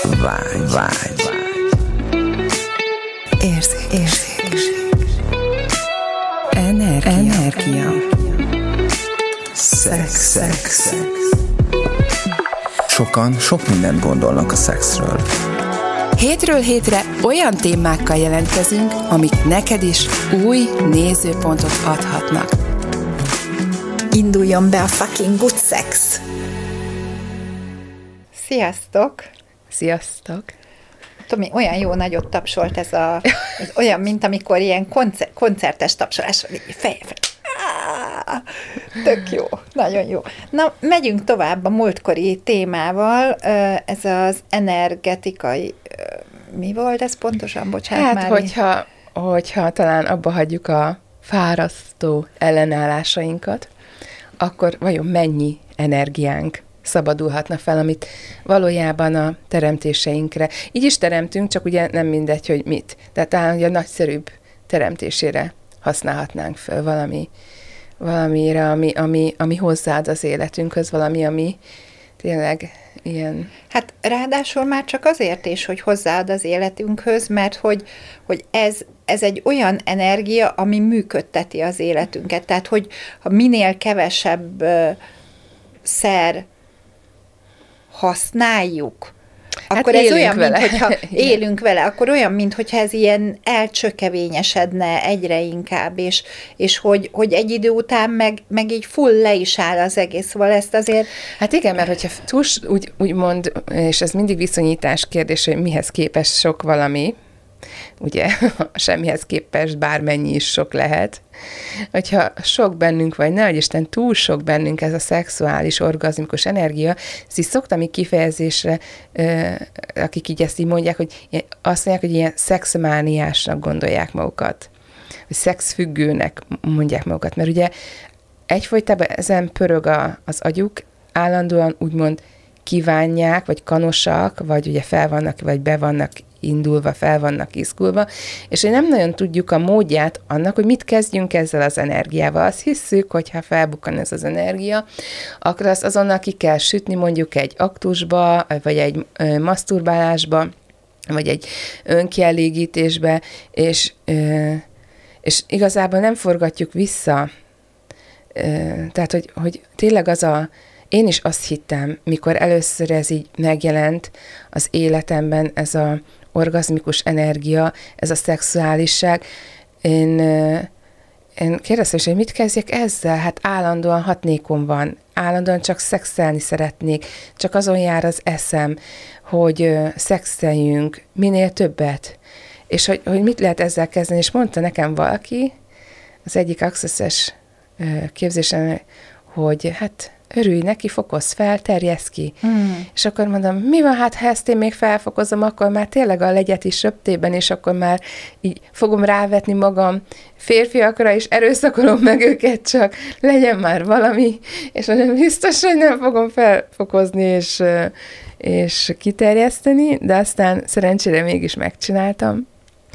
Vágy. Érzékenység. Energia. Szex. Sokan sok mindent gondolnak a szexről. Hétről hétre olyan témákkal jelentkezünk, amik neked is új nézőpontot adhatnak. Induljon be a fucking good sex! Sziasztok! Sziasztok! Tomi, olyan jó nagyot tapsolt ez olyan, mint amikor ilyen koncertes tapsolás van, így feje. Tök jó, nagyon jó. Na, megyünk tovább a múltkori témával, ez az energetikai, mi volt ez pontosan? Bocsánat, hát, már hogyha talán abba hagyjuk a fárasztó ellenállásainkat, akkor vajon mennyi energiánk szabadulhatna fel, amit valójában a teremtéseinkre. Így is teremtünk, csak ugye nem mindegy, hogy mit. Tehát talán ugye a nagyszerűbb teremtésére használhatnánk fel valamire, ami hozzáad az életünkhöz, valami, ami tényleg ilyen... Hát ráadásul már csak azért is, hogy hozzáad az életünkhöz, mert hogy ez egy olyan energia, ami működteti az életünket. Tehát, hogy ha minél kevesebb szer használjuk, akkor ez olyan, mintha élünk vele, akkor olyan, mintha ez ilyen elcsökevényesedne egyre inkább, és hogy egy idő után meg így full le is áll az egész, szóval ezt azért... Hát igen, mert hogyha túl, úgy mond, és ez mindig viszonyítás kérdés, hogy mihez képes sok valami, ugye, semmihez képest bármennyi is sok lehet. Hogyha sok bennünk, vagy nehogy Isten túl sok bennünk ez a szexuális, orgazmikus energia, ezt is szoktam így kifejezésre, akik így ezt így mondják, hogy azt mondják, hogy ilyen szexmániásnak gondolják magukat, vagy szexfüggőnek mondják magukat, mert ugye egyfolytában ezen pörög az agyuk, állandóan úgymond kívánják, vagy kanosak, vagy ugye fel vannak, vagy be vannak indulva, fel vannak izgulva, és hogy nem nagyon tudjuk a módját annak, hogy mit kezdjünk ezzel az energiával. Azt hisszük, hogy ha felbukkan ez az energia, akkor azt azonnal ki kell sütni mondjuk egy aktusba, vagy egy maszturbálásba, vagy egy önkielégítésbe, és igazából nem forgatjuk vissza. Tehát, hogy tényleg én is azt hittem, mikor először ez így megjelent az életemben, ez a orgazmikus energia, ez a szexuálisság. Én kérdeztem is, hogy mit kezdjek ezzel? Hát állandóan hatnékom van, állandóan csak szexelni szeretnék, csak azon jár az eszem, hogy szexeljünk, minél többet. És hogy mit lehet ezzel kezdeni? És mondta nekem valaki, az egyik access-es képzésen, hogy hát örülj neki, fokozz fel, terjeszd ki. És akkor mondom, mi van, hát ha ezt én még felfokozom, akkor már tényleg a legyet is röptében, és akkor már így fogom rávetni magam férfiakra, és erőszakolom meg őket, csak legyen már valami, és mondom, biztos, hogy nem fogom felfokozni, és kiterjeszteni, de aztán szerencsére mégis megcsináltam.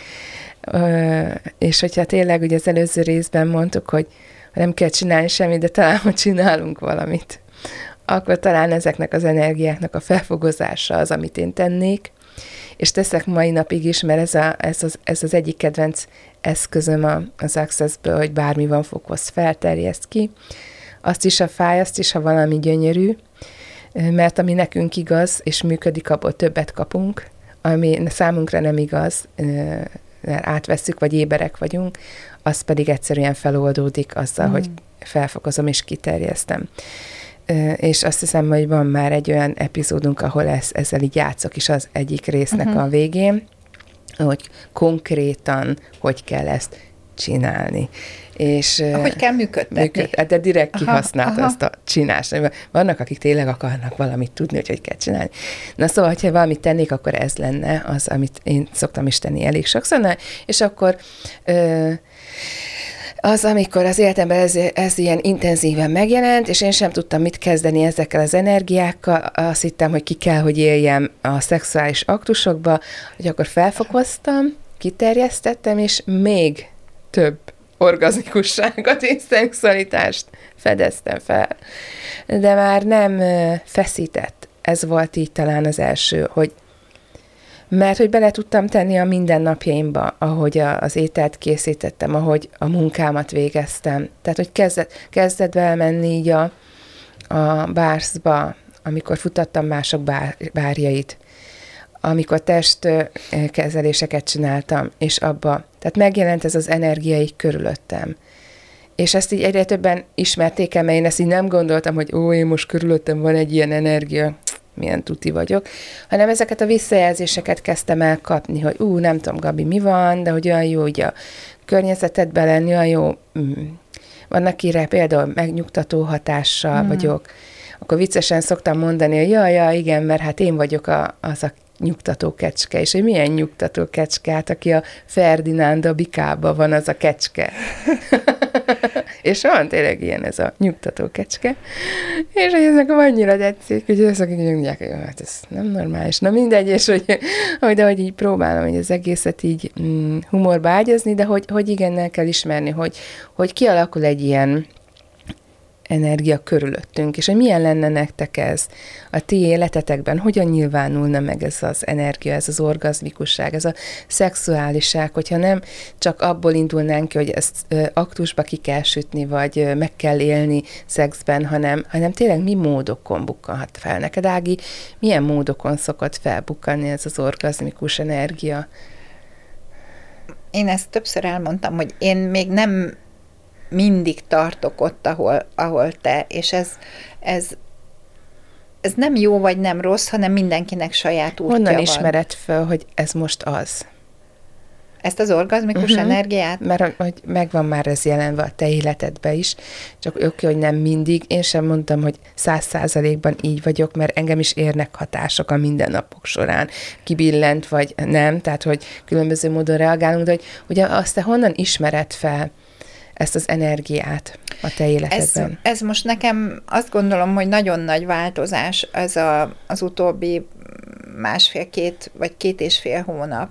És hogyha tényleg ugye az előző részben mondtuk, hogy nem kell csinálni semmit, de talán, hogy csinálunk valamit, akkor talán ezeknek az energiáknak a felfogozása az, amit én tennék, és teszek mai napig is, mert ez az egyik kedvenc eszközöm az Access-ből, hogy bármi van, fokozz fel, terjeszd ki. Azt is, a fáj, azt is, ha valami gyönyörű, mert ami nekünk igaz, és működik, abból többet kapunk, ami számunkra nem igaz, mert átvesszük, vagy éberek vagyunk, az pedig egyszerűen feloldódik azzal, hogy felfokozom és kiterjesztem. És azt hiszem, hogy van már egy olyan epizódunk, ahol ezzel így játszok is az egyik résznek a végén, hogy konkrétan hogy kell ezt csinálni. És hogy kell működtetni. De direkt kihasználta ezt a csinást. Vannak, akik tényleg akarnak valamit tudni, hogy kell csinálni. Na szóval, hogyha valamit tennék, akkor ez lenne az, amit én szoktam is tenni elég sokszor. És akkor az, amikor az életemben ez ilyen intenzíven megjelent, és én sem tudtam mit kezdeni ezekkel az energiákkal, azt hittem, hogy ki kell, hogy éljem a szexuális aktusokba, hogy akkor felfokoztam, kiterjesztettem, és még több orgazmikusságot és szexualitást fedeztem fel. De már nem feszített. Ez volt így talán az első, hogy Mert hogy bele tudtam tenni a mindennapjaimba, ahogy az ételt készítettem, ahogy a munkámat végeztem. Tehát, hogy kezdett elmenni így a bárszba, amikor futattam mások bárjait, amikor testkezeléseket csináltam, és abba. Tehát megjelent ez az energia így körülöttem. És ezt így egyre többen ismerték el, mert én ezt így nem gondoltam, hogy én most körülöttem van egy ilyen energia, milyen tuti vagyok, hanem ezeket a visszajelzéseket kezdtem el kapni, hogy nem tudom, Gabi, mi van, de hogy olyan jó így a környezetedben lenni, olyan jó, vannak kire például megnyugtató hatással vagyok, akkor viccesen szoktam mondani, hogy ja, igen, mert hát én vagyok az a nyugtató kecske, és hogy milyen nyugtató kecske, hát aki a Ferdinánd a bikába van, az a kecske. És van tényleg ilyen ez a nyugtató kecske, és hogy ez nekem annyira tetszik, hogy ezek mondják, hogy hát ez nem normális. Na mindegy, és hogy így próbálom hogy az egészet így humorba ágyazni, de hogy igennel kell ismerni, hogy kialakul egy ilyen energia körülöttünk, és hogy milyen lenne nektek ez a ti életetekben, hogyan nyilvánulna meg ez az energia, ez az orgazmikusság, ez a szexuáliság, hogyha nem csak abból indulnánk ki, hogy ezt aktusba ki kell sütni, vagy meg kell élni szexben, hanem tényleg mi módokon bukkanhat fel. Neked, Ági, milyen módokon szokott felbukkanni ez az orgazmikus energia? Én ezt többször elmondtam, hogy én még nem mindig tartok ott, ahol te, és ez nem jó vagy nem rossz, hanem mindenkinek saját útja van. Honnan ismered föl, hogy ez most az? Ezt az orgazmikus energiát? Mert hogy megvan már ez jelenve a te életedben is, csak oké, hogy nem mindig. Én sem mondtam, hogy 100%-ban így vagyok, mert engem is érnek hatások a mindennapok során. Kibillent, vagy nem, tehát hogy különböző módon reagálunk, de hogy azt te honnan ismered fel ezt az energiát a te életedben? Ez most nekem azt gondolom, hogy nagyon nagy változás az utóbbi másfél-két, vagy 2,5 hónap.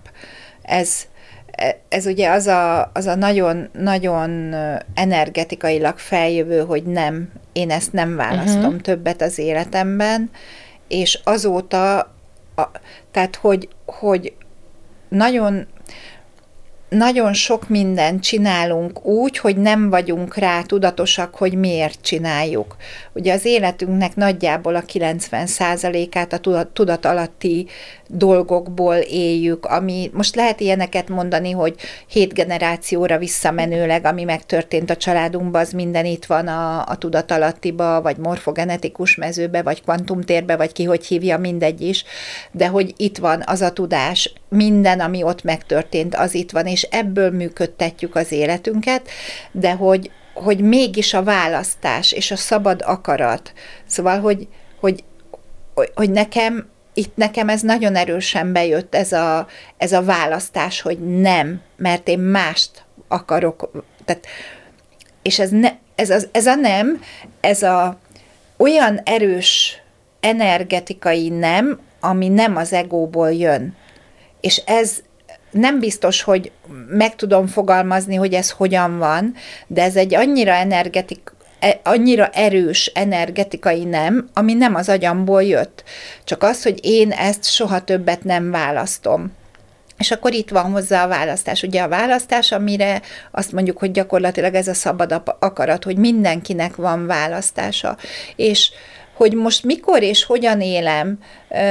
Ez ugye az a nagyon, nagyon energetikailag feljövő, hogy nem, én ezt nem választom többet az életemben, és azóta, tehát hogy nagyon nagyon sok mindent csinálunk úgy, hogy nem vagyunk rá tudatosak, hogy miért csináljuk. Ugye az életünknek nagyjából a 90%-át a tudatalatti dolgokból éljük, ami most lehet ilyeneket mondani, hogy 7 generációra visszamenőleg, ami megtörtént a családunkban, az minden itt van a tudatalattiba, vagy morfogenetikus mezőbe, vagy kvantumtérbe, vagy ki hogy hívja, mindegy is, de hogy itt van az a tudás, minden, ami ott megtörtént, az itt van, és ebből működtetjük az életünket, de hogy mégis a választás és a szabad akarat. Szóval, hogy nekem ez nagyon erősen bejött, ez a választás, hogy nem, mert én mást akarok. Tehát, és ez a nem, olyan erős energetikai nem, ami nem az egóból jön. És ez nem biztos, hogy meg tudom fogalmazni, hogy ez hogyan van, de ez egy annyira erős energetikai nem, ami nem az agyamból jött. Csak az, hogy én ezt soha többet nem választom. És akkor itt van hozzá a választás. Ugye a választás, amire azt mondjuk, hogy gyakorlatilag ez a szabad akarat, hogy mindenkinek van választása. És hogy most mikor és hogyan élem,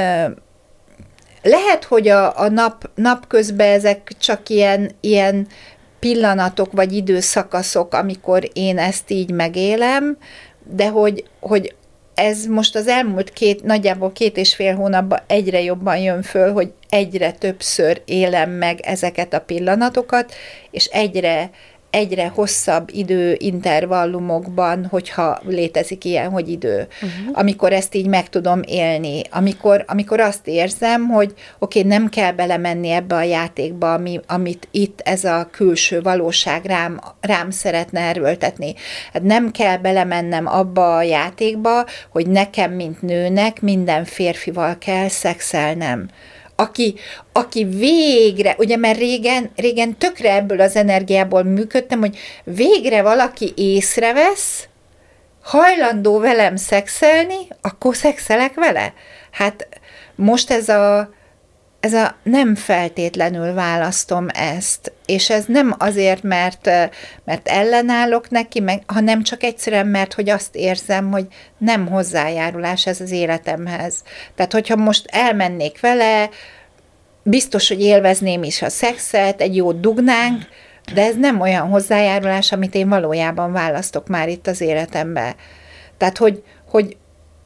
lehet, hogy a nap közben ezek csak ilyen pillanatok vagy időszakaszok, amikor én ezt így megélem, de hogy ez most az elmúlt nagyjából 2,5 hónapban egyre jobban jön föl, hogy egyre többször élem meg ezeket a pillanatokat, és egyre hosszabb időintervallumokban, hogyha létezik ilyen, hogy idő, amikor ezt így meg tudom élni, amikor azt érzem, hogy oké, nem kell belemenni ebbe a játékba, amit itt ez a külső valóság rám szeretne erőltetni. Hát nem kell belemennem abba a játékba, hogy nekem, mint nőnek, minden férfival kell szexelnem. Aki végre, ugye mert régen tökre ebből az energiából működtem, hogy végre valaki észrevesz, hajlandó velem szexelni, akkor szexelek vele. Hát most ez a nem feltétlenül választom ezt, és ez nem azért, mert ellenállok neki, hanem csak egyszerűen, mert hogy azt érzem, hogy nem hozzájárulás ez az életemhez. Tehát, hogyha most elmennék vele, biztos, hogy élvezném is a szexet, egy jót dugnánk, de ez nem olyan hozzájárulás, amit én valójában választok már itt az életembe. Tehát, hogy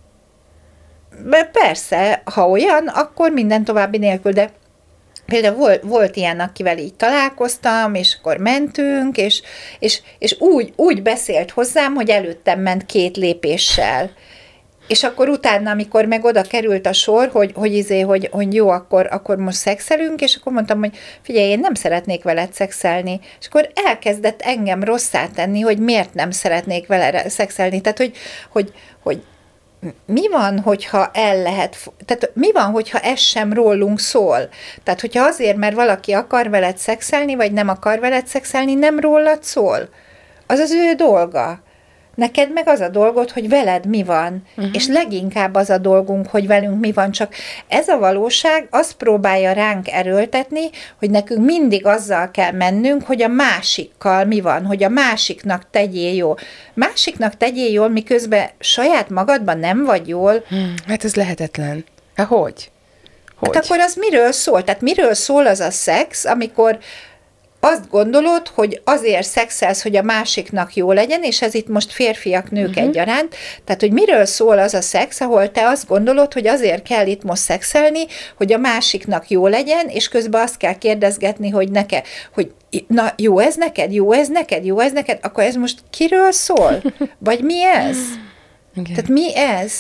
persze, ha olyan, akkor minden további nélkül, de például volt ilyen, akivel így találkoztam, és akkor mentünk, és úgy beszélt hozzám, hogy előttem ment 2 lépéssel. És akkor utána, amikor meg oda került a sor, hogy jó, akkor most szexelünk, és akkor mondtam, hogy figyelj, én nem szeretnék veled szexelni. És akkor elkezdett engem rosszá tenni, hogy miért nem szeretnék vele szexelni. Tehát, hogy mi van, hogyha tehát mi van, hogyha ez sem rólunk szól? Tehát, hogyha azért, mert valaki akar veled szexelni, vagy nem akar veled szexelni, nem rólad szól. Az az ő dolga. Neked meg az a dolgod, hogy veled mi van, és leginkább az a dolgunk, hogy velünk mi van, csak ez a valóság azt próbálja ránk erőltetni, hogy nekünk mindig azzal kell mennünk, hogy a másikkal mi van, hogy a másiknak tegyél jól. Másiknak tegyél jól, miközben saját magadban nem vagy jól. Hát ez lehetetlen. Hát hogy? Hát akkor az miről szól? Tehát miről szól az a szex, amikor azt gondolod, hogy azért szexelsz, hogy a másiknak jó legyen, és ez itt most férfiak, nők egyaránt, tehát, hogy miről szól az a szex, ahol te azt gondolod, hogy azért kell itt most szexelni, hogy a másiknak jó legyen, és közben azt kell kérdezgetni, hogy hogy na, jó ez neked, jó ez neked, jó ez neked, akkor ez most kiről szól? Vagy mi ez? Igen. Tehát mi ez?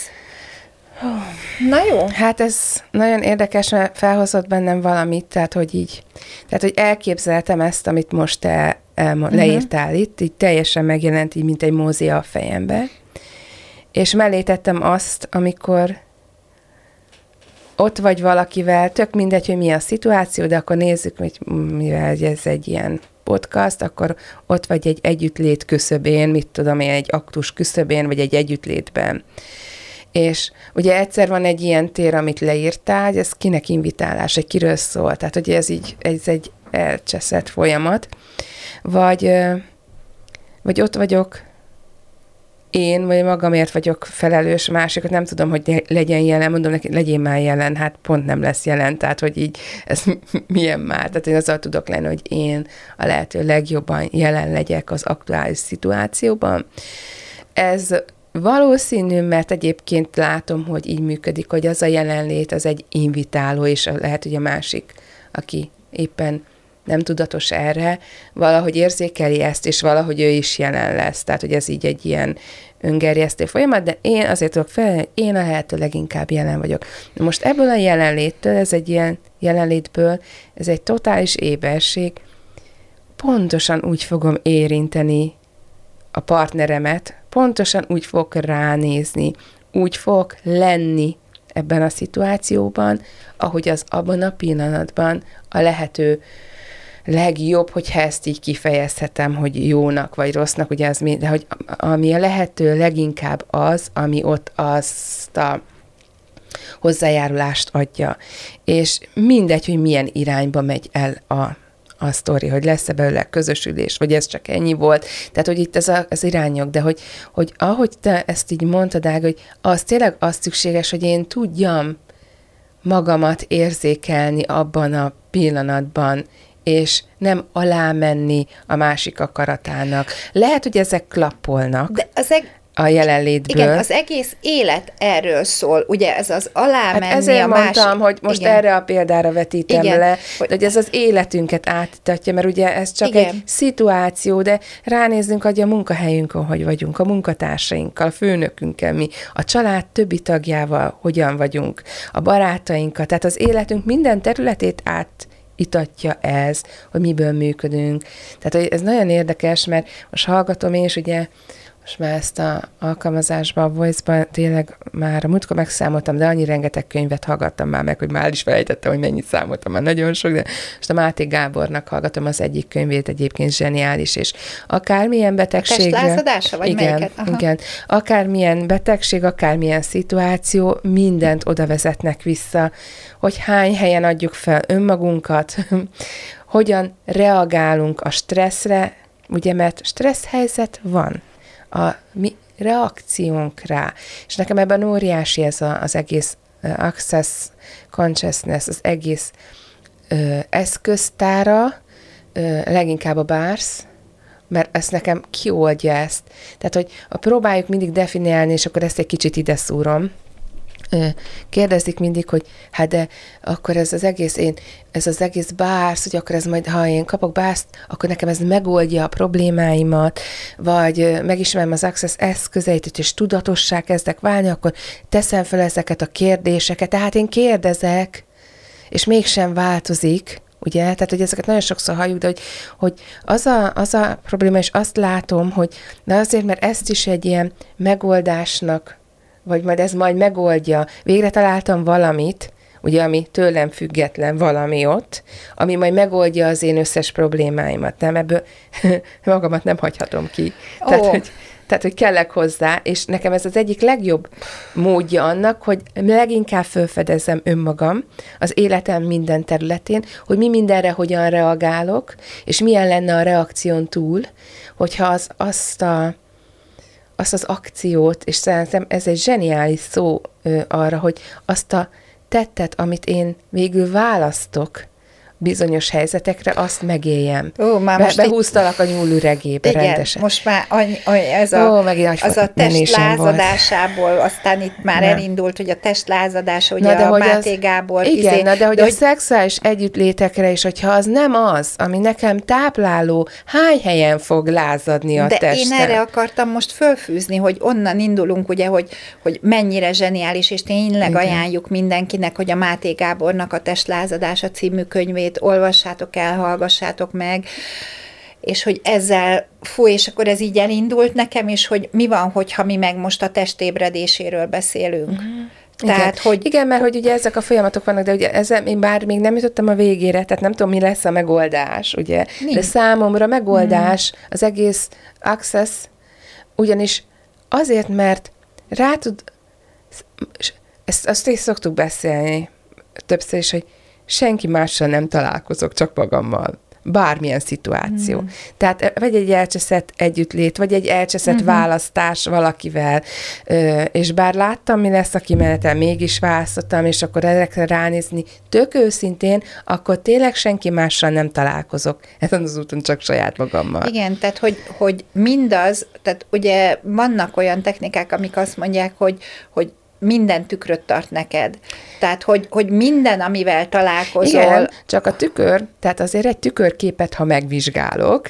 Na jó. Hát ez nagyon érdekes, mert felhozott bennem valamit, tehát hogy elképzeltem ezt, amit most te leírtál itt, így teljesen megjelent, így, mint egy mózia a fejembe, és mellé tettem azt, amikor ott vagy valakivel, tök mindegy, hogy mi a szituáció, de akkor nézzük, hogy mivel ez egy ilyen podcast, akkor ott vagy egy együttlét küszöbén, mit tudom én, egy aktus küszöbén, vagy egy együttlétben. És ugye egyszer van egy ilyen tér, amit leírtál, hogy ez kinek invitálás, egy kiről szól. Tehát, hogy ez egy elcseszett folyamat. Vagy ott vagyok én, vagy magamért vagyok felelős, másikat nem tudom, hogy legyen jelen, mondom neki, legyél már jelen, hát pont nem lesz jelen, tehát, hogy így, ez milyen már. Tehát én azzal tudok lenni, hogy én a lehető legjobban jelen legyek az aktuális szituációban. Ez valószínű, mert egyébként látom, hogy így működik, hogy az a jelenlét, az egy invitáló, és lehet, hogy a másik, aki éppen nem tudatos erre, valahogy érzékeli ezt, és valahogy ő is jelen lesz. Tehát, hogy ez így egy ilyen öngerjesztő folyamat, de én azért tudok felelni, hogy én a lehető leginkább jelen vagyok. Most ebből a jelenléttől, ez egy ilyen jelenlétből, ez egy totális éberség, pontosan úgy fogom érinteni a partneremet, pontosan úgy fogok ránézni, úgy fogok lenni ebben a szituációban, ahogy az abban a pillanatban a lehető legjobb, hogyha ezt így kifejezhetem, hogy jónak vagy rossznak, ugye az de hogy ami a lehető leginkább az, ami ott azt a hozzájárulást adja. És mindegy, hogy milyen irányba megy el a sztori, hogy lesz-e belőle közösülés, vagy ez csak ennyi volt. Tehát, hogy itt az irányok, de hogy ahogy te ezt így mondtad, Ága, hogy az tényleg az szükséges, hogy én tudjam magamat érzékelni abban a pillanatban, és nem alámenni a másik akaratának. Lehet, hogy ezek klappolnak. De a jelenlétből. Igen, az egész élet erről szól, ugye ez az alámenni hát ezért a másik. mondtam, hogy most igen. Erre a példára vetítem igen. Le, hogy ez az életünket átítatja, mert ugye ez csak igen. Egy szituáció, de ránézzünk, hogy a munkahelyünkön hogy vagyunk, a munkatársainkkal, a főnökünkkel mi, a család többi tagjával hogyan vagyunk, a barátainkkal, tehát az életünk minden területét átítatja ez, hogy miből működünk. Tehát ez nagyon érdekes, mert most hallgatom én is ugye, most már ezt a alkalmazásban, a Voice-ban tényleg már a múltkor megszámoltam, de annyi rengeteg könyvet hallgattam már meg, hogy már is felejtettem, hogy mennyit számoltam, már nagyon sok, de most a Máté Gábornak hallgatom az egyik könyvét, egyébként zseniális, és akármilyen betegségre... A testlázadása, vagy igen, melyiket? Aha. igen. Akármilyen betegség, akármilyen szituáció, mindent oda vezetnek vissza, hogy hány helyen adjuk fel önmagunkat, hogyan reagálunk a stresszre, ugye, mert stressz helyzet van. A mi reakciónk rá. És nekem ebben óriási ez az egész Access Consciousness, az egész eszköztára, leginkább a bársz, mert ezt nekem kioldja ezt. Tehát, hogy próbáljuk mindig definiálni, és akkor ezt egy kicsit ide szúrom. Kérdezik mindig, hogy hát de akkor ez az egész bársz, hogy akkor ez majd, ha én kapok bárszt, akkor nekem ez megoldja a problémáimat, vagy megismerem az Access eszközeit, és tudatossá kezdek válni, akkor teszem fel ezeket a kérdéseket. Tehát én kérdezek, és mégsem változik, ugye? Tehát, hogy ezeket nagyon sokszor halljuk, de hogy az a probléma, és azt látom, hogy de azért, mert ezt is egy ilyen megoldásnak, vagy majd ez majd megoldja. Végre találtam valamit, ugye, ami tőlem független valami ott, ami majd megoldja az én összes problémáimat. Nem, ebből magamat nem hagyhatom ki. Tehát, hogy kellek hozzá, és nekem ez az egyik legjobb módja annak, hogy leginkább felfedezzem önmagam az életem minden területén, hogy mi mindenre hogyan reagálok, és milyen lenne a reakción túl, hogyha azt az akciót, és szerintem ez egy zseniális szó arra, hogy azt a tettet, amit én végül választok bizonyos helyzetekre, azt megéljem. Behúztalak a nyúlüregébe igen, rendesen. Most már az a test lázadásából, aztán itt már elindult, hogy a test lázadása, ugye a Máté Gábor. Igen, de hogy a szexuális együttlétekre is, hogyha az nem az, ami nekem tápláló, hány helyen fog lázadni a testem? De én erre akartam most fölfűzni, hogy onnan indulunk, ugye, hogy mennyire zseniális, és tényleg ajánljuk mindenkinek, hogy a Máté Gábornak a Testlázadása című könyvét olvassátok el, hallgassátok meg, és hogy ezzel, és akkor ez így elindult nekem, és hogy mi van, hogyha mi meg most a testébredéséről beszélünk. Tehát, igen, mert hogy ugye ezek a folyamatok vannak, de ugye ezzel én bár még nem jutottam a végére, tehát nem tudom, mi lesz a megoldás, ugye. Nincs. De számomra megoldás az egész Access, ugyanis azért, mert rá tud, azt is szoktuk beszélni többször is, hogy senki mással nem találkozok, csak magammal. Bármilyen szituáció. Tehát vagy egy elcseszett együttlét, vagy egy elcseszett választás valakivel, és bár láttam, mi lesz a kimenetel, mégis választottam, és akkor ezekre ránézni tök őszintén, akkor tényleg senki mással nem találkozok. Ezen az úton csak saját magammal. Igen, tehát hogy mindaz, tehát ugye vannak olyan technikák, amik azt mondják, hogy minden tükröt tart neked. Tehát, hogy minden, amivel találkozol... Igen, csak a tükör, tehát azért egy tükörképet, ha megvizsgálok,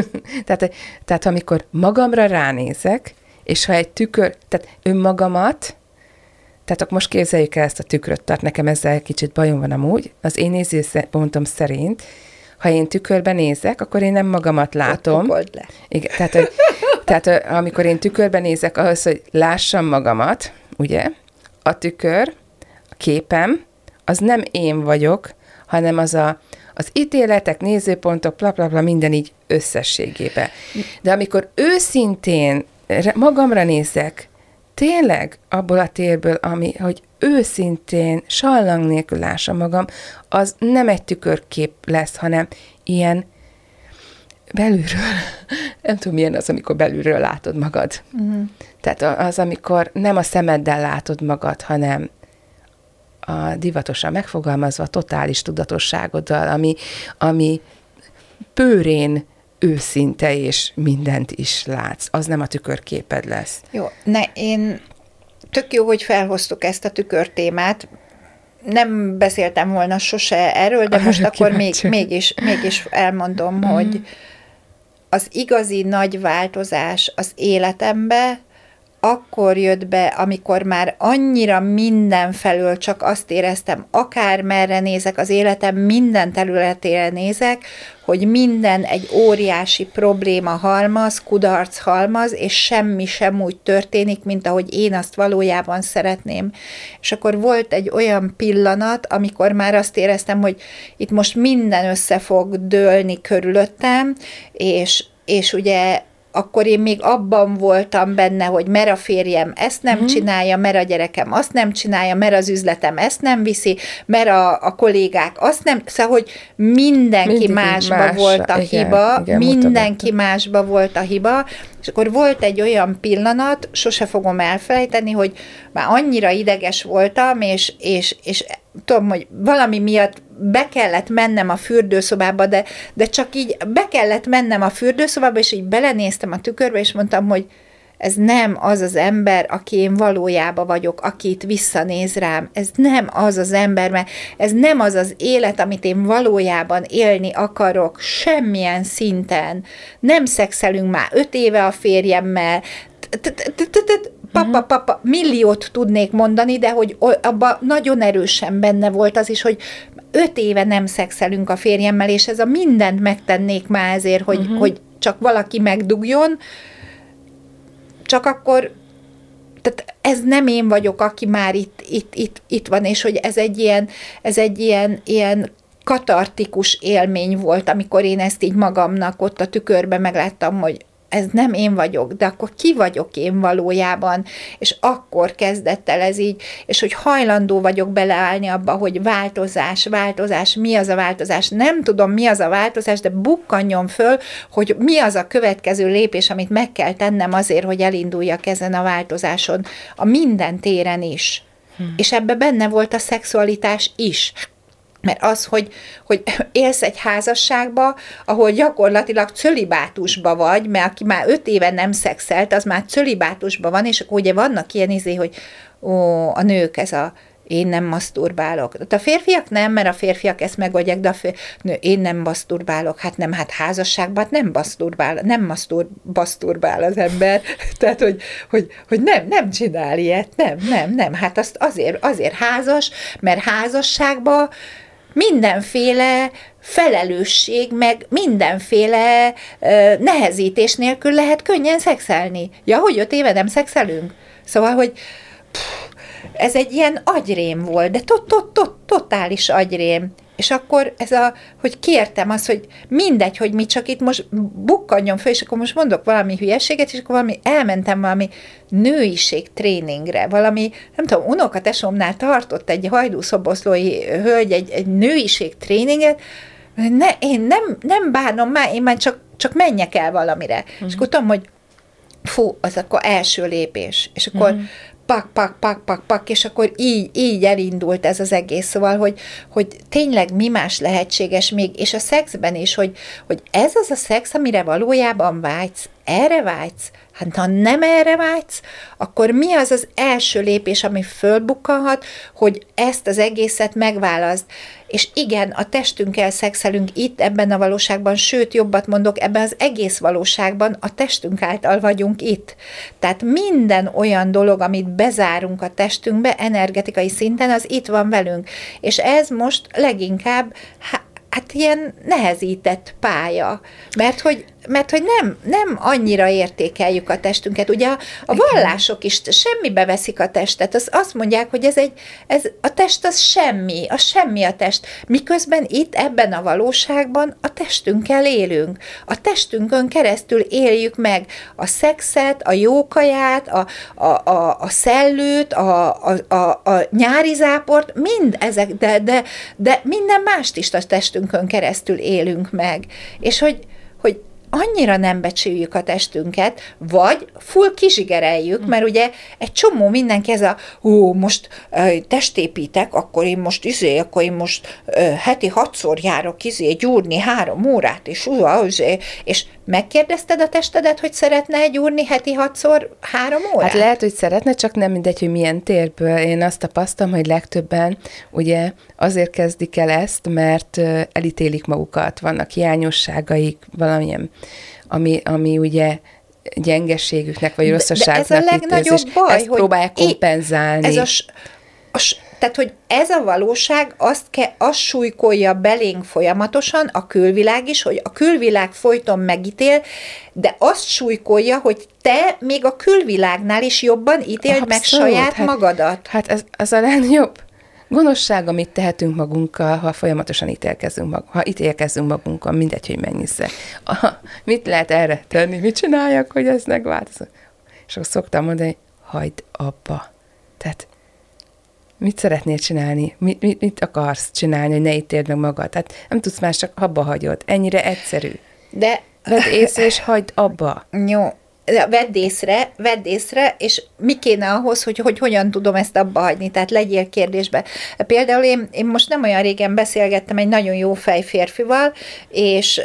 tehát amikor magamra ránézek, és ha egy tükör, tehát önmagamat, tehát akkor most képzeljük el ezt a tükröt tart, nekem ezzel kicsit bajom van amúgy, az én nézőpontom szerint, ha én tükörben nézek, akkor én nem magamat látom. Le. Igen, tehát amikor én tükörben nézek, ahhoz, hogy lássam magamat, ugye, a tükör, a képem, az nem én vagyok, hanem az ítéletek, nézőpontok, blablabla, minden így összességében. De amikor őszintén magamra nézek, tényleg abból a térből, hogy őszintén, sallang nélkül lássam magam, az nem egy tükörkép lesz, hanem ilyen belülről, nem tudom, milyen az, amikor belülről látod magad. Tehát az, amikor nem a szemeddel látod magad, hanem a divatosan megfogalmazva totális tudatosságoddal, ami bőrén őszinte és mindent is látsz. Az nem a tükörképed lesz. Jó, én tök jó, hogy felhoztuk ezt a tükörtémát. Nem beszéltem volna sose erről, de most akkor mégis elmondom, hogy az igazi nagy változás az életembe akkor jött be, amikor már annyira mindenfelől csak azt éreztem, akármerre nézek, az életem minden területére nézek, hogy minden egy óriási probléma halmaz, kudarc halmaz, és semmi sem úgy történik, mint ahogy én azt valójában szeretném. És akkor volt egy olyan pillanat, amikor már azt éreztem, hogy itt most minden össze fog dőlni körülöttem, és ugye akkor én még abban voltam benne, hogy mert a férjem ezt nem csinálja, mert a gyerekem azt nem csinálja, mert az üzletem ezt nem viszi, mert a kollégák azt nem, szóval, hogy mindenki másba volt a hiba, mindenki másba volt a hiba, és akkor volt egy olyan pillanat, sose fogom elfelejteni, hogy már annyira ideges voltam, és tudom, hogy valami miatt be kellett mennem a fürdőszobába, de csak így be kellett mennem a fürdőszobába, és így belenéztem a tükörbe, és mondtam, hogy ez nem az az ember, aki én valójában vagyok, aki itt visszanéz rám. Ez nem az az ember, mert ez nem az az élet, amit én valójában élni akarok, semmilyen szinten. Nem szexelünk már 5 éve a férjemmel, papa, milliót tudnék mondani, de hogy abban nagyon erősen benne volt az is, hogy 5 éve nem szexelünk a férjemmel, és ez a mindent megtennék már ezért, hogy csak valaki megdugjon, csak akkor, tehát ez nem én vagyok, aki már itt van, és hogy ez egy ilyen katartikus élmény volt, amikor én ezt így magamnak ott a tükörben megláttam, hogy ez nem én vagyok, de akkor ki vagyok én valójában, és akkor kezdett el ez így, és hogy hajlandó vagyok beleállni abba, hogy változás, mi az a változás, nem tudom, mi az a változás, de bukkanjon föl, hogy mi az a következő lépés, amit meg kell tennem azért, hogy elinduljak ezen a változáson, a minden téren is. És ebbe benne volt a szexualitás is. Mert az, hogy élsz egy házasságba, ahol gyakorlatilag cölibátusba vagy, mert aki már 5 éve nem szexelt, az már cölibátusba van, és akkor ugye vannak ilyen hogy a nők én nem maszturbálok. A férfiak nem, mert a férfiak ezt megoldják, de én nem maszturbálok. Hát házasságban nem maszturbál az ember. Tehát, hogy nem csinál ilyet, nem. Hát azt azért házas, mert házasságban mindenféle felelősség, meg mindenféle nehezítés nélkül lehet könnyen szexelni. Ja, hogy 5 éve nem szexelünk? Szóval, hogy ez egy ilyen agyrém volt, de totális agyrém. És akkor hogy kértem azt, hogy mindegy, hogy mi csak itt most bukkanjon föl, és akkor most mondok valami hülyeséget, és akkor elmentem valami nőiség tréningre, valami, nem tudom, unokatesómnál tartott egy hajdúszoboszlói hölgy egy nőiség tréninget, én nem bánom már, én már csak menjek el valamire. És akkor tudom, hogy az akkor első lépés. És akkor pak, és akkor így elindult ez az egész. Szóval, hogy tényleg mi más lehetséges még, és a szexben is, hogy ez az a szex, amire valójában vágysz, erre vágysz. Hát ha nem erre vágysz, akkor mi az az első lépés, ami fölbukkanhat, hogy ezt az egészet megválaszd. És igen, a testünkkel szexelünk itt, ebben a valóságban, sőt, jobbat mondok, ebben az egész valóságban a testünk által vagyunk itt. Tehát minden olyan dolog, amit bezárunk a testünkbe energetikai szinten, az itt van velünk. És ez most leginkább hát ilyen nehezített pálya, mert hogy nem annyira értékeljük a testünket. Ugye a vallások is semmibe veszik a testet. Azt mondják, hogy a test az semmi a test. Miközben itt ebben a valóságban a testünkkel élünk. A testünkön keresztül éljük meg a szexet, a jókaját, a szellőt, a nyári záport, mind ezek, de minden mást is a testünkön keresztül élünk meg. És hogy annyira nem becsüljük a testünket, vagy full kizsigereljük, mert ugye egy csomó mindenki ez most testépítek, akkor én most heti 6-szor járok gyúrni 3 órát, és megkérdezted a testedet, hogy szeretne gyúrni heti 6-szor 3 órát? Hát lehet, hogy szeretne, csak nem mindegy, hogy milyen térből. Én azt tapasztalom, hogy legtöbben ugye azért kezdik el ezt, mert elítélik magukat, vannak hiányosságaik, valamilyen, ami ugye gyengeségüknek, vagy rosszasságuknak ítél, és baj, ezt próbálják kompenzálni. Ez Tehát, hogy ez a valóság azt súlykolja belénk folyamatosan, a külvilág is, hogy a külvilág folyton megítél, de azt súlykolja, hogy te még a külvilágnál is jobban ítéld meg saját magadat. Hát ez a legjobb gonoszság, amit tehetünk magunkkal, ha folyamatosan ítélkezzünk magunkkal, mindegy, hogy mennyiszer. Mit lehet erre tenni? Mit csináljak, hogy ez megváltozzon? És akkor szoktam mondani, hagyd abba. Tehát mit szeretnél csinálni? Mit akarsz csinálni, hogy ne ítéld meg magad? Tehát nem tudsz más, csak abba hagyod. Ennyire egyszerű. De vedd észre, és hagyd abba. Jó. Vedd észre, és mi kéne ahhoz, hogy hogyan tudom ezt abba hagyni, tehát legyél kérdésbe. Például én most nem olyan régen beszélgettem egy nagyon jó fejférfival, és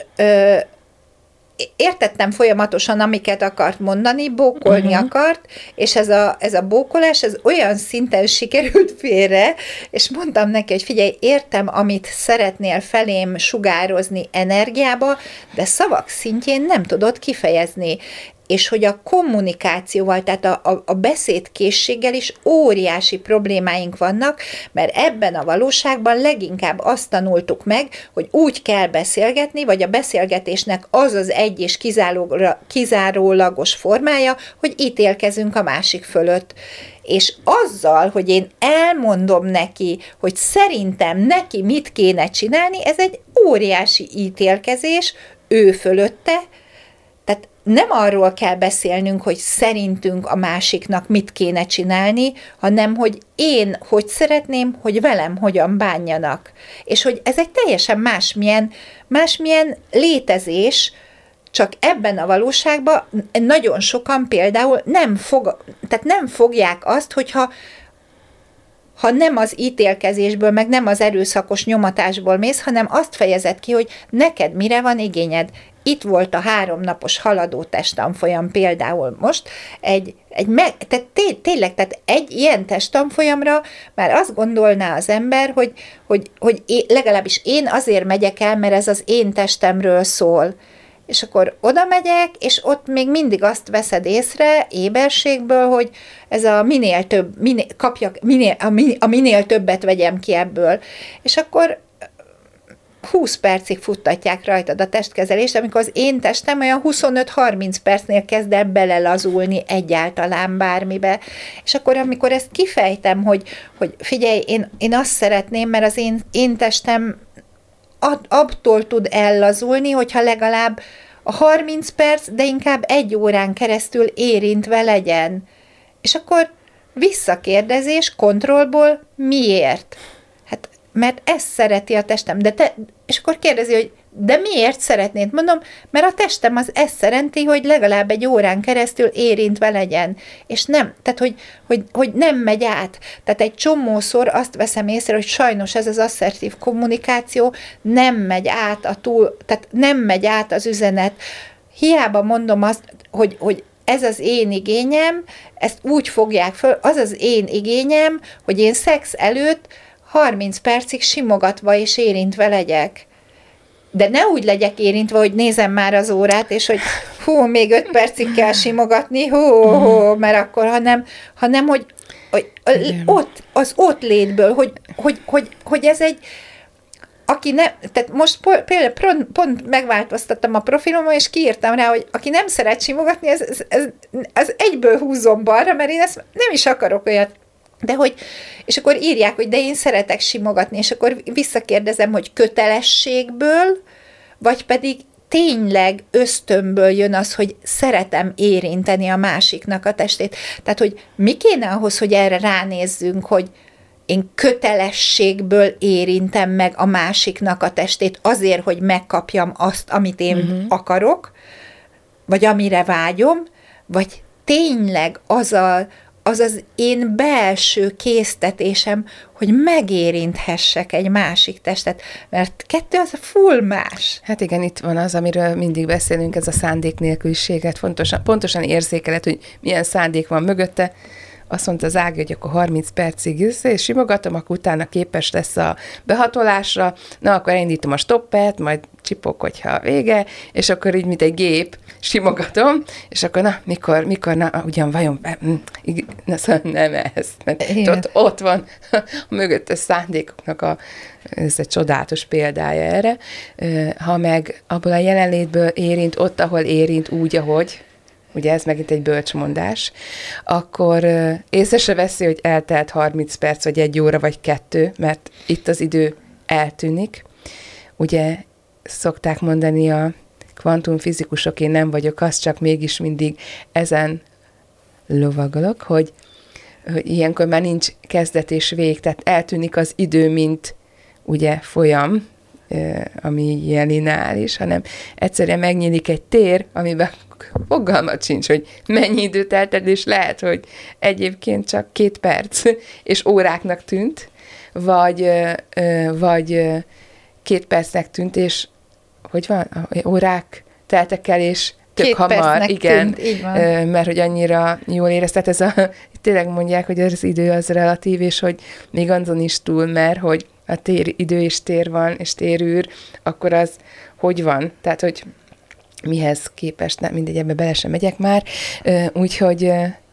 értettem folyamatosan, amiket akart mondani, bókolni akart, és ez a bókolás, ez olyan szinten sikerült félre, és mondtam neki, hogy figyelj, értem, amit szeretnél felém sugározni energiába, de szavak szintjén nem tudod kifejezni. És hogy a kommunikációval, tehát a beszédkészséggel is óriási problémáink vannak, mert ebben a valóságban leginkább azt tanultuk meg, hogy úgy kell beszélgetni, vagy a beszélgetésnek az az egy és kizárólagos formája, hogy ítélkezünk a másik fölött. És azzal, hogy én elmondom neki, hogy szerintem neki mit kéne csinálni, ez egy óriási ítélkezés ő fölötte. Tehát nem arról kell beszélnünk, hogy szerintünk a másiknak mit kéne csinálni, hanem hogy én hogy szeretném, hogy velem hogyan bánjanak. És hogy ez egy teljesen másmilyen létezés, csak ebben a valóságban nagyon sokan például nem fogják azt, hogyha nem az ítélkezésből, meg nem az erőszakos nyomatásból mész, hanem azt fejezed ki, hogy neked mire van igényed. Itt volt a 3 napos haladó testtanfolyam például most, tehát egy ilyen testtanfolyamra már azt gondolná az ember, hogy legalábbis én azért megyek el, mert ez az én testemről szól. És akkor oda megyek, és ott még mindig azt veszed észre éberségből, hogy ez a minél többet vegyem ki ebből. És akkor 20 percig futtatják rajtad a testkezelést, amikor az én testem olyan 25-30 percnél kezd el belelazulni egyáltalán bármibe. És akkor, amikor ezt kifejtem, hogy figyelj, én azt szeretném, mert az én testem abtól tud ellazulni, hogyha legalább a 30 perc, de inkább 1 órán keresztül érintve legyen. És akkor visszakérdezés kontrollból miért? Hát, mert ezt szereti a testem. És akkor kérdezi, hogy de miért szeretnéd? Mondom, mert a testem az ezt szereti, hogy legalább 1 órán keresztül érintve legyen. És nem, tehát hogy nem megy át. Tehát egy csomószor azt veszem észre, hogy sajnos ez az asszertív kommunikáció nem megy át tehát nem megy át az üzenet. Hiába mondom azt, hogy ez az én igényem, ezt úgy fogják föl, az az én igényem, hogy én szex előtt 30 percig simogatva és érintve legyek. De ne úgy legyek érintve, hogy nézem már az órát, és hogy még 5 percig kell simogatni, mert akkor, hanem hogy ott létből, hogy ez egy, aki nem, tehát most például pont megváltoztattam a profilomon, és kiírtam rá, hogy aki nem szeret simogatni, ez egyből húzzon balra, mert én ezt nem is akarok olyat. És akkor írják, hogy de én szeretek simogatni, és akkor visszakérdezem, hogy kötelességből, vagy pedig tényleg ösztönből jön az, hogy szeretem érinteni a másiknak a testét. Tehát, hogy mi kéne ahhoz, hogy erre ránézzünk, hogy én kötelességből érintem meg a másiknak a testét azért, hogy megkapjam azt, amit én akarok, vagy amire vágyom, vagy tényleg az én belső késztetésem, hogy megérinthessek egy másik testet, mert kettő az a full más. Hát igen, itt van az, amiről mindig beszélünk, ez a szándék nélküliséget, pontosan érzékeled, hogy milyen szándék van mögötte. Azt mondta az Ági, hogy akkor 30 percig és simogatom, akkor utána képes lesz a behatolásra, na akkor elindítom a stoppert, majd csipog, hogyha vége, és akkor így, mint egy gép, simogatom, és akkor mikor, ugyan vajon, szóval nem ez, mert ott van a mögöttes szándékoknak ez egy csodálatos példája erre, ha meg abból a jelenlétből érint, ott, ahol érint úgy, ahogy, ugye ez megint egy bölcsmondás, akkor észre se veszi, hogy eltelt 30 perc, vagy 1 óra, vagy 2, mert itt az idő eltűnik. Ugye szokták mondani a kvantumfizikusok, én nem vagyok az, csak mégis mindig ezen lovagolok, hogy ilyenkor már nincs kezdet és vég, tehát eltűnik az idő, mint ugye folyam, ami ilyen lineáris, hanem egyszerűen megnyílik egy tér, amiben fogalmat sincs, hogy mennyi időt eltelt, és lehet, hogy egyébként csak 2 perc, és óráknak tűnt, vagy 2 percnek tűnt, és hogy van, órák teltek el, és tök hamar, igen, tűnt, mert hogy annyira jól érez. Tehát ez tényleg mondják, hogy az idő az relatív, és hogy még azon is túl, mert hogy a idő és tér van, és térűr, akkor az hogy van? Tehát, hogy mihez képest, mindegy, ebbe bele sem megyek már. Úgyhogy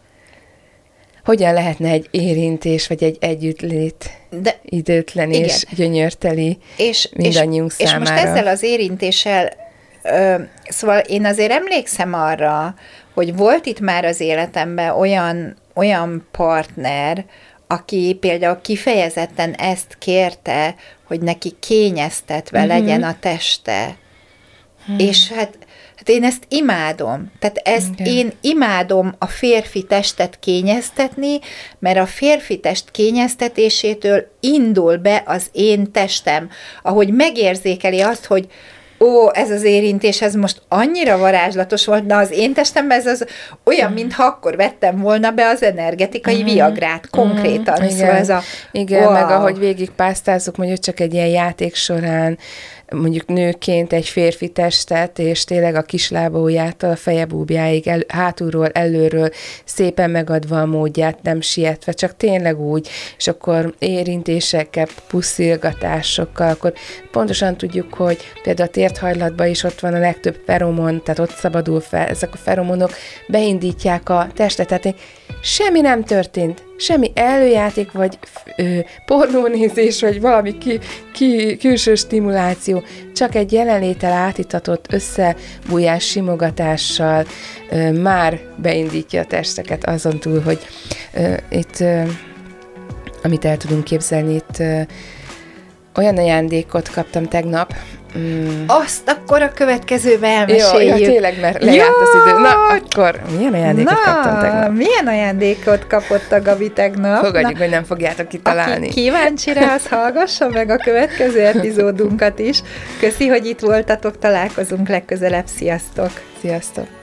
hogyan lehetne egy érintés, vagy egy együttlét időtlen igen. és gyönyörteli mindannyiunk számára. És most ezzel az érintéssel, szóval én azért emlékszem arra, hogy volt itt már az életemben olyan partner, aki például kifejezetten ezt kérte, hogy neki kényeztetve legyen a teste. És hát én ezt imádom. Tehát én imádom a férfi testet kényeztetni, mert a férfi test kényeztetésétől indul be az én testem, ahogy megérzékeli azt, hogy ez az érintés, ez most annyira varázslatos volt, de az én testemben ez az olyan, mintha akkor vettem volna be az energetikai viagrát, konkrétan. Igen, szóval ez igen meg ahogy végigpásztázzuk, mondjuk csak egy ilyen játék során, mondjuk nőként egy férfi testet, és tényleg a kislábójától a fejebúbjáig, hátulról, előről szépen megadva a módját, nem sietve, csak tényleg úgy, és akkor érintésekkel, puszilgatásokkal, akkor pontosan tudjuk, hogy például a térthajlatban is ott van a legtöbb feromon, tehát ott szabadul fel, ezek a feromonok beindítják a testet, tehát semmi nem történt, semmi előjáték, vagy pornónézés, vagy valami külső stimuláció, csak egy jelenléttel átitatott összebújás simogatással már beindítja a testeket, azon túl, hogy itt, amit el tudunk képzelni, itt olyan ajándékot kaptam tegnap, Azt akkor a következőben elmeséljük. Jó, tényleg, mert lejárt az idő. Na, akkor milyen ajándékot kaptam tegnap? Milyen ajándékot kapott a Gabi tegnap? Fogadjuk, hogy nem fogjátok kitalálni. Aki kíváncsi rá, az hallgassa meg a következő epizódunkat is. Köszi, hogy itt voltatok, találkozunk legközelebb. Sziasztok! Sziasztok!